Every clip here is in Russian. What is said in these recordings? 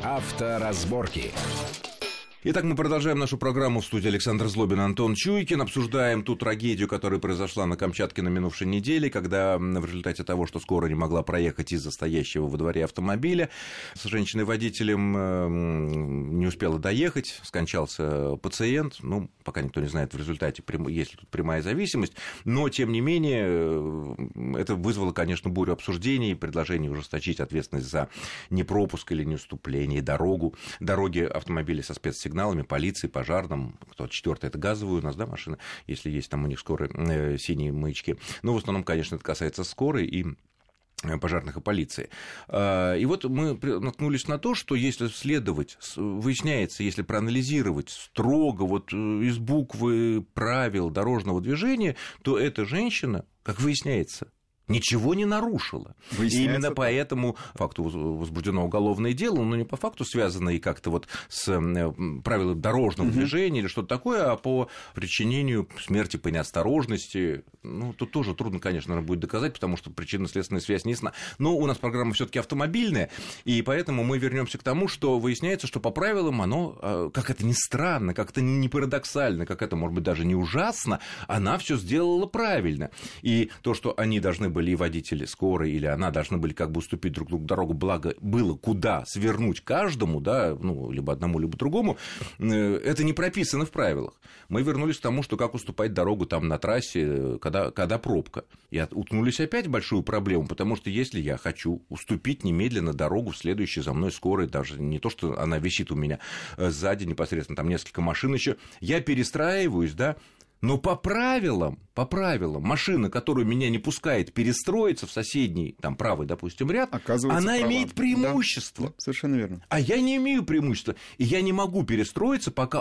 Авторазборки. Итак, мы продолжаем нашу программу. В студии Александр Злобин, Антон Чуйкин. Обсуждаем ту трагедию, которая произошла на Камчатке на минувшей неделе, когда в результате того, что скорая не могла проехать из-за стоящего во дворе автомобиля, с женщиной-водителем не успела доехать, скончался пациент. Ну, пока никто не знает в результате, есть ли тут прямая зависимость, но, тем не менее, это вызвало, конечно, бурю обсуждений, предложений ужесточить ответственность за непропуск или неуступление, дороги автомобилей со спецсигналами, полиции, пожарным. 4-й это газовые у нас, да, машины, если есть там у них скорые синие маячки. Но в основном, конечно, это касается скорой и пожарных и полиции. И вот мы наткнулись на то, что если следовать, выясняется, если проанализировать строго вот из буквы правил дорожного движения, то эта женщина, как выясняется, ничего не нарушила. И именно по этому факту возбуждено уголовное дело, но не по факту связано и как-то вот с правилами дорожного движения или что-то такое, а по причинению смерти по неосторожности. Ну, тут тоже трудно, конечно, будет доказать, потому что причинно-следственная связь не ясна. Но у нас программа все-таки автомобильная, и поэтому мы вернемся к тому, что выясняется, что по правилам оно, как это ни странно, как это не парадоксально, как это, может быть, даже не ужасно, она все сделала правильно. И то, что они должны были, и водители скорой, или она должны были как бы уступить друг другу дорогу, благо было куда свернуть каждому, да, ну, либо одному, либо другому, это не прописано в правилах. Мы вернулись к тому, что как уступать дорогу там на трассе, когда пробка. И уткнулись опять в большую проблему, потому что если я хочу уступить немедленно дорогу в следующей за мной скорой, даже не то, что она висит у меня сзади непосредственно, там несколько машин еще, я перестраиваюсь, да, но по правилам, машина, которую меня не пускает перестроиться в соседний, там, правый, допустим, ряд, она имеет преимущество. Да, совершенно верно. А я не имею преимущества, и я не могу перестроиться, пока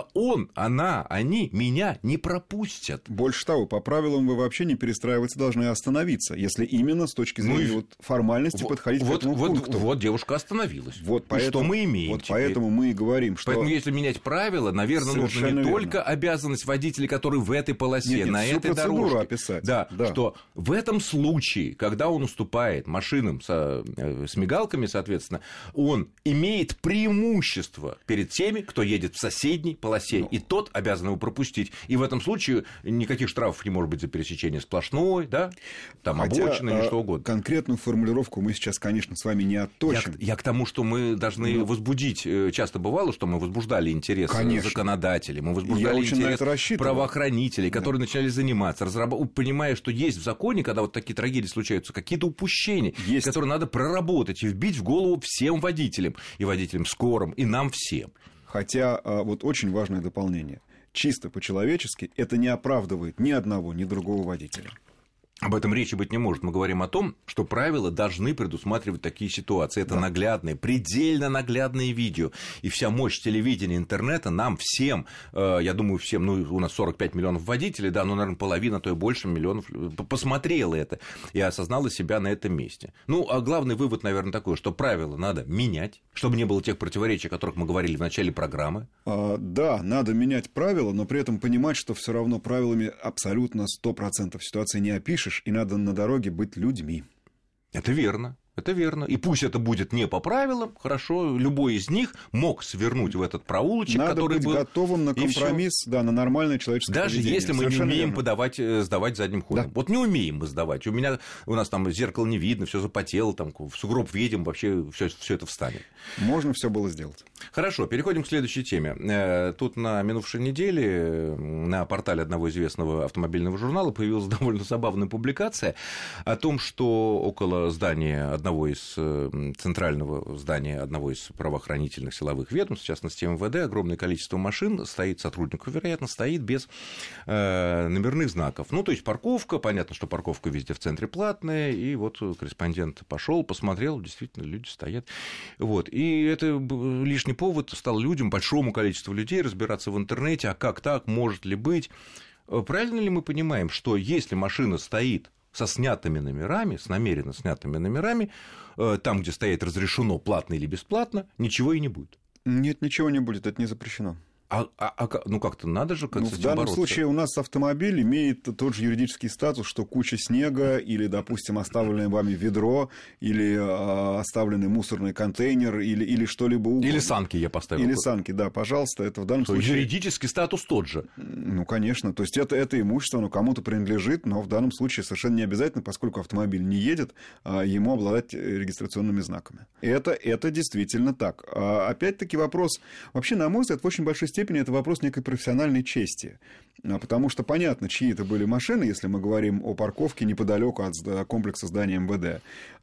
они меня не пропустят. Больше того, по правилам вы вообще не перестраиваться должны, а остановиться, если именно с точки зрения формальности подходить к этому пункту. Вот девушка остановилась. Что мы имеем вот теперь? Поэтому мы и говорим, что... Поэтому, если менять правила, наверное, нужно не только обязанность водителей, которые в этой полосе, на этой дорожке. Описать. Да, что в этом случае, когда он уступает машинам с мигалками, соответственно, он имеет преимущество перед теми, кто едет в соседней полосе, и тот обязан его пропустить. И в этом случае никаких штрафов не может быть за пересечение сплошной, да, там обочины или что угодно. Конкретную формулировку мы сейчас, конечно, с вами не отточим. Я к тому, что мы должны возбудить, часто бывало, что мы возбуждали интерес законодателей, мы возбуждали интерес правоохранителей, которые начинали заниматься, понимая, что есть в законе, когда вот такие трагедии случаются, какие-то упущения, которые надо проработать и вбить в голову всем водителям, и водителям скорым, и нам всем. Хотя вот очень важное дополнение. Чисто по-человечески это не оправдывает ни одного, ни другого водителя. Об этом речи быть не может. Мы говорим о том, что правила должны предусматривать такие ситуации. Это наглядные, предельно наглядные видео. И вся мощь телевидения, интернета нам всем, я думаю, всем, ну, у нас 45 миллионов водителей, да, ну, наверное, половина, то и больше миллионов посмотрела это и осознала себя на этом месте. Ну, а главный вывод, наверное, такой, что правила надо менять, чтобы не было тех противоречий, о которых мы говорили в начале программы. Да, надо менять правила, но при этом понимать, что все равно правилами абсолютно 100% ситуации не опишешь, и надо на дороге быть людьми. Это верно. Это верно. И пусть это будет не по правилам, хорошо, любой из них мог свернуть в этот проулочек, надо который был... Надо быть готовым на компромисс, да, на нормальное человеческое даже поведение. Если мы не умеем сдавать задним ходом. Да. Вот не умеем мы сдавать. У нас там зеркало не видно, все запотело, там, в сугроб въедем, вообще все это встанет. Можно все было сделать. Хорошо, переходим к следующей теме. Тут на минувшей неделе на портале одного известного автомобильного журнала появилась довольно забавная публикация о том, что около здания одного из центрального здания одного из правоохранительных силовых ведомств, в частности МВД, огромное количество машин стоит, сотрудников, вероятно, стоит без номерных знаков. Ну, то есть парковка, понятно, что парковка везде в центре платная, и вот корреспондент пошел, посмотрел, действительно, люди стоят. Вот. И это лишний повод стал людям, большому количеству людей разбираться в интернете, а как так, может ли быть. Правильно ли мы понимаем, что если машина стоит со снятыми номерами, с намеренно снятыми номерами, там, где стоит разрешено платно или бесплатно, ничего и не будет? Нет, ничего не будет, это не запрещено. Ну, как-то надо же как-то с этим в данном бороться. случае у нас автомобиль имеет тот же юридический статус, что куча снега или, допустим, оставленное вами ведро, или оставленный мусорный контейнер, или что-либо угодно. Или санки я поставил. Или санки, да, пожалуйста. Это в данном случае... Юридический статус тот же. Ну, конечно. То есть это имущество, оно кому-то принадлежит, но в данном случае совершенно не обязательно, поскольку автомобиль не едет, ему обладать регистрационными знаками. Это действительно так. Опять-таки вопрос... Вообще, на мой взгляд, в очень большой степени это вопрос некой профессиональной чести. Потому что понятно, чьи это были машины, если мы говорим о парковке неподалеку от комплекса здания МВД.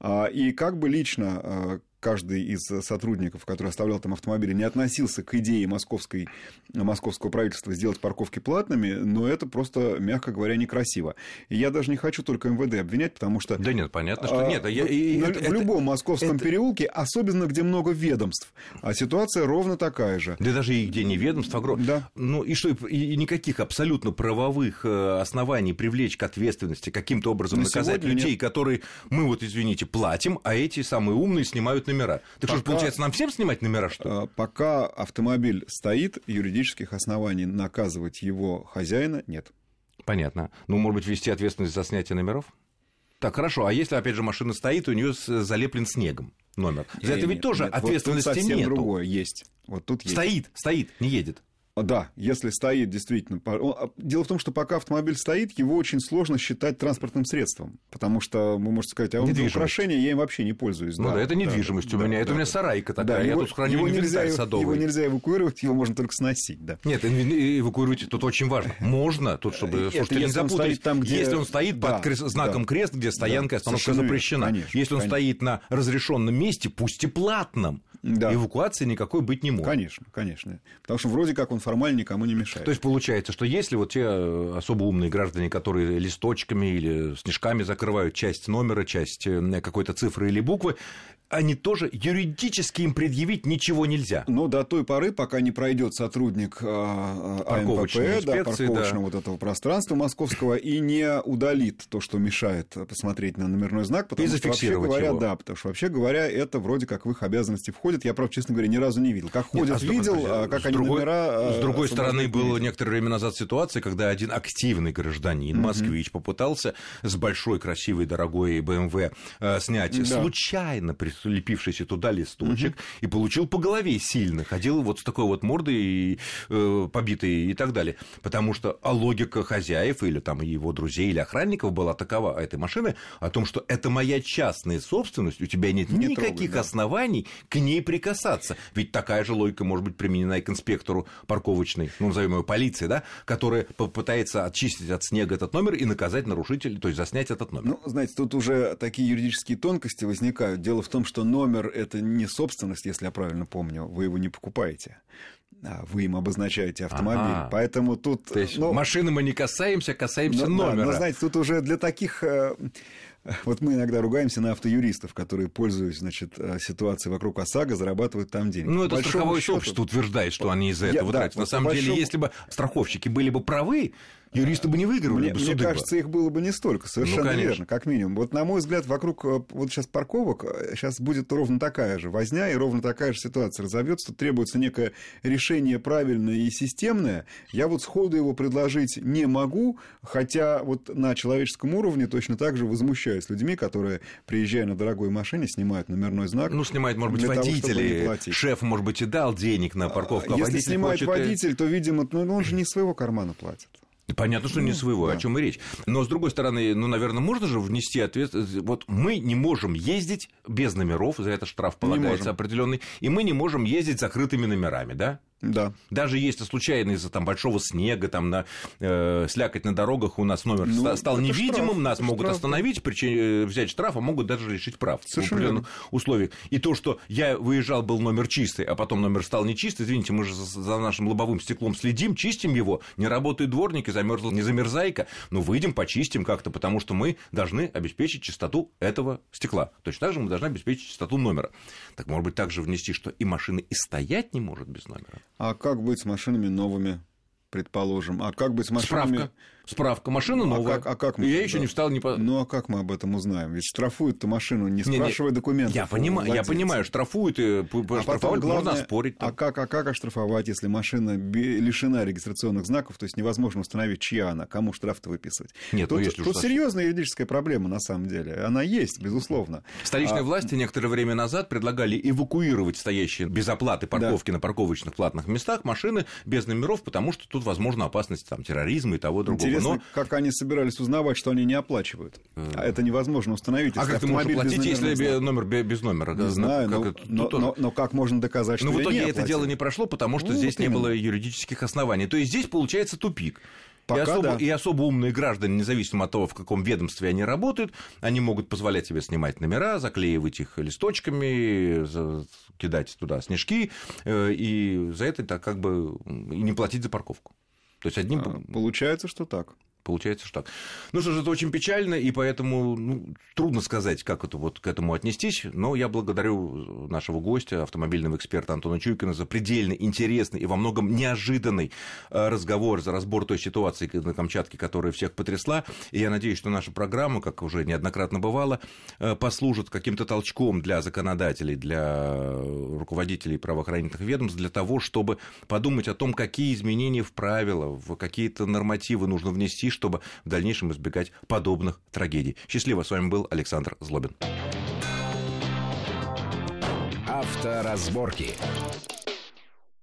И как бы лично каждый из сотрудников, который оставлял там автомобили, не относился к идее московского правительства сделать парковки платными, но это просто, мягко говоря, некрасиво. И я даже не хочу только МВД обвинять, потому что... Да нет, понятно, что нет. В любом московском переулке, особенно где много ведомств, ситуация ровно такая же. Да даже и где не ведомство, да. Ну и что, и никаких абсолютно правовых оснований привлечь к ответственности, каким-то образом наказать людей, нет. Которые мы, вот извините, платим, а эти самые умные снимают номера. Так что же, получается, нам всем снимать номера, что ли? Пока автомобиль стоит, юридических оснований наказывать его хозяина нет. Понятно. Ну, может быть, ввести ответственность за снятие номеров? Так, хорошо. А если, опять же, машина стоит, у нее залеплен снегом номер? За это ведь тоже ответственности вот тут совсем нету. Другое есть. Вот тут есть. Стоит, не едет. Да, если стоит, действительно. Дело в том, что пока автомобиль стоит, его очень сложно считать транспортным средством. Потому что вы можете сказать, для украшения я им вообще не пользуюсь. Ну да, это недвижимость у меня. Это у меня сарайка такая, я тут храню инвентарь садовый. Его нельзя эвакуировать, его можно только сносить. Да. Нет, эвакуировать тут очень важно. Можно, тут, чтобы слушатели не запутались, если он стоит под знаком крест, где стоянка и остановка запрещена. Если он стоит на разрешенном месте, пусть и платном, эвакуации никакой быть не может. Конечно. Потому что вроде как он формально никому не мешает. То есть получается, что если вот те особо умные граждане, которые листочками или снежками закрывают часть номера, часть какой-то цифры или буквы, они тоже юридически им предъявить ничего нельзя. Но до той поры, пока не пройдет сотрудник АНПП, парковочного вот этого пространства московского, и не удалит то, что мешает посмотреть на номерной знак, потому что, вообще говоря, потому что, вообще говоря, это вроде как в их обязанности входит. Я, правда, честно говоря, ни разу не видел. Как ходят, видел, как они номера... С другой стороны, была некоторое время назад ситуация, когда один активный гражданин, москвич, попытался с большой, красивой, дорогой БМВ снять случайно прилепившийся туда листочек и получил по голове сильно. Ходил вот с такой вот мордой побитой и так далее. Потому что логика хозяев или там его друзей или охранников была такова этой машины, о том, что это моя частная собственность, у тебя нет никаких оснований к ней прикасаться. Ведь такая же логика может быть применена и к инспектору парковочной, ну, назовем его полиции, да, которая попытается очистить от снега этот номер и наказать нарушителя, то есть заснять этот номер. Ну, знаете, тут уже такие юридические тонкости возникают. Дело в том, что номер – это не собственность, если я правильно помню, вы его не покупаете. Вы им обозначаете автомобиль. Поэтому тут... То есть машины мы не касаемся номера. Да, но, знаете, тут уже для таких... Вот мы иногда ругаемся на автоюристов, которые, пользуясь, ситуацией вокруг ОСАГО, зарабатывают там деньги. Ну, это страховое общество утверждает, что они из-за этого тратят. На самом деле, если бы страховщики были бы правы, юристы бы не выигрывали бы суды. Мне кажется, их было бы не столько, совершенно верно, как минимум. Вот, на мой взгляд, вокруг вот сейчас парковок сейчас будет ровно такая же возня, и ровно такая же ситуация разовьется. Тут требуется некое решение правильное и системное. Я вот сходу его предложить не могу, хотя вот на человеческом уровне точно так же возмущаюсь людьми, которые, приезжая на дорогой машине, снимают номерной знак. Ну, снимает, может быть, водители. Шеф, может быть, и дал денег на парковку. Если снимает водитель, то, видимо, он же не из своего кармана платит. Понятно, что не своего, о чем и речь. Но, с другой стороны, наверное, можно же внести ответственность. Вот мы не можем ездить без номеров, за это штраф полагается определенный, и мы не можем ездить с закрытыми номерами, да? Да. Даже если случайно из-за большого снега, слякоть на дорогах у нас номер стал невидимым, штраф, нас могут остановить, взять штраф, а могут даже лишить прав в определенных условиях. И то, что я выезжал, был номер чистый, а потом номер стал нечистый, извините, мы же за нашим лобовым стеклом следим, чистим его, не работают дворники, замерзла не замерзайка, но выйдем, почистим как-то, потому что мы должны обеспечить чистоту этого стекла. Точно так же мы должны обеспечить чистоту номера. Так, может быть, также внести, что и машина и стоять не может без номера. А как быть с машинами новыми, предположим. А как быть с машинами? Справка. Машина новая. Как мы, я еще не встал. Ну, а как мы об этом узнаем? Ведь штрафуют-то машину, не спрашивая документов. Я понимаю, штрафуют, и штрафовать можно спорить. А как оштрафовать, если машина лишена регистрационных знаков, то есть невозможно установить, чья она, кому штраф-то выписывать? Нет, тут серьезная юридическая проблема, на самом деле. Она есть, безусловно. Столичные власти некоторое время назад предлагали эвакуировать стоящие без оплаты парковки на парковочных платных местах машины без номеров, потому что тут возможна опасность терроризма и того другого. Интересно, как они собирались узнавать, что они не оплачивают? А это невозможно установить. А как ты можешь оплатить, если номер без номера? Не знаю, но как можно доказать, что я не оплатил? Но в итоге это дело не прошло, потому что здесь не было юридических оснований. То есть здесь получается тупик. И особо умные граждане, независимо от того, в каком ведомстве они работают, они могут позволять себе снимать номера, заклеивать их листочками, кидать туда снежки, и за это как бы и не платить за парковку. То есть Получается, что так. Получается, что так. Ну что ж, это очень печально, и поэтому трудно сказать, как это к этому отнестись, но я благодарю нашего гостя, автомобильного эксперта Антона Чуйкина, за предельно интересный и во многом неожиданный разговор, за разбор той ситуации на Камчатке, которая всех потрясла, и я надеюсь, что наша программа, как уже неоднократно бывало, послужит каким-то толчком для законодателей, для руководителей правоохранительных ведомств, для того, чтобы подумать о том, какие изменения в правила, в какие-то нормативы нужно внести, чтобы в дальнейшем избегать подобных трагедий. Счастливо, с вами был Александр Злобин. Авторазборки.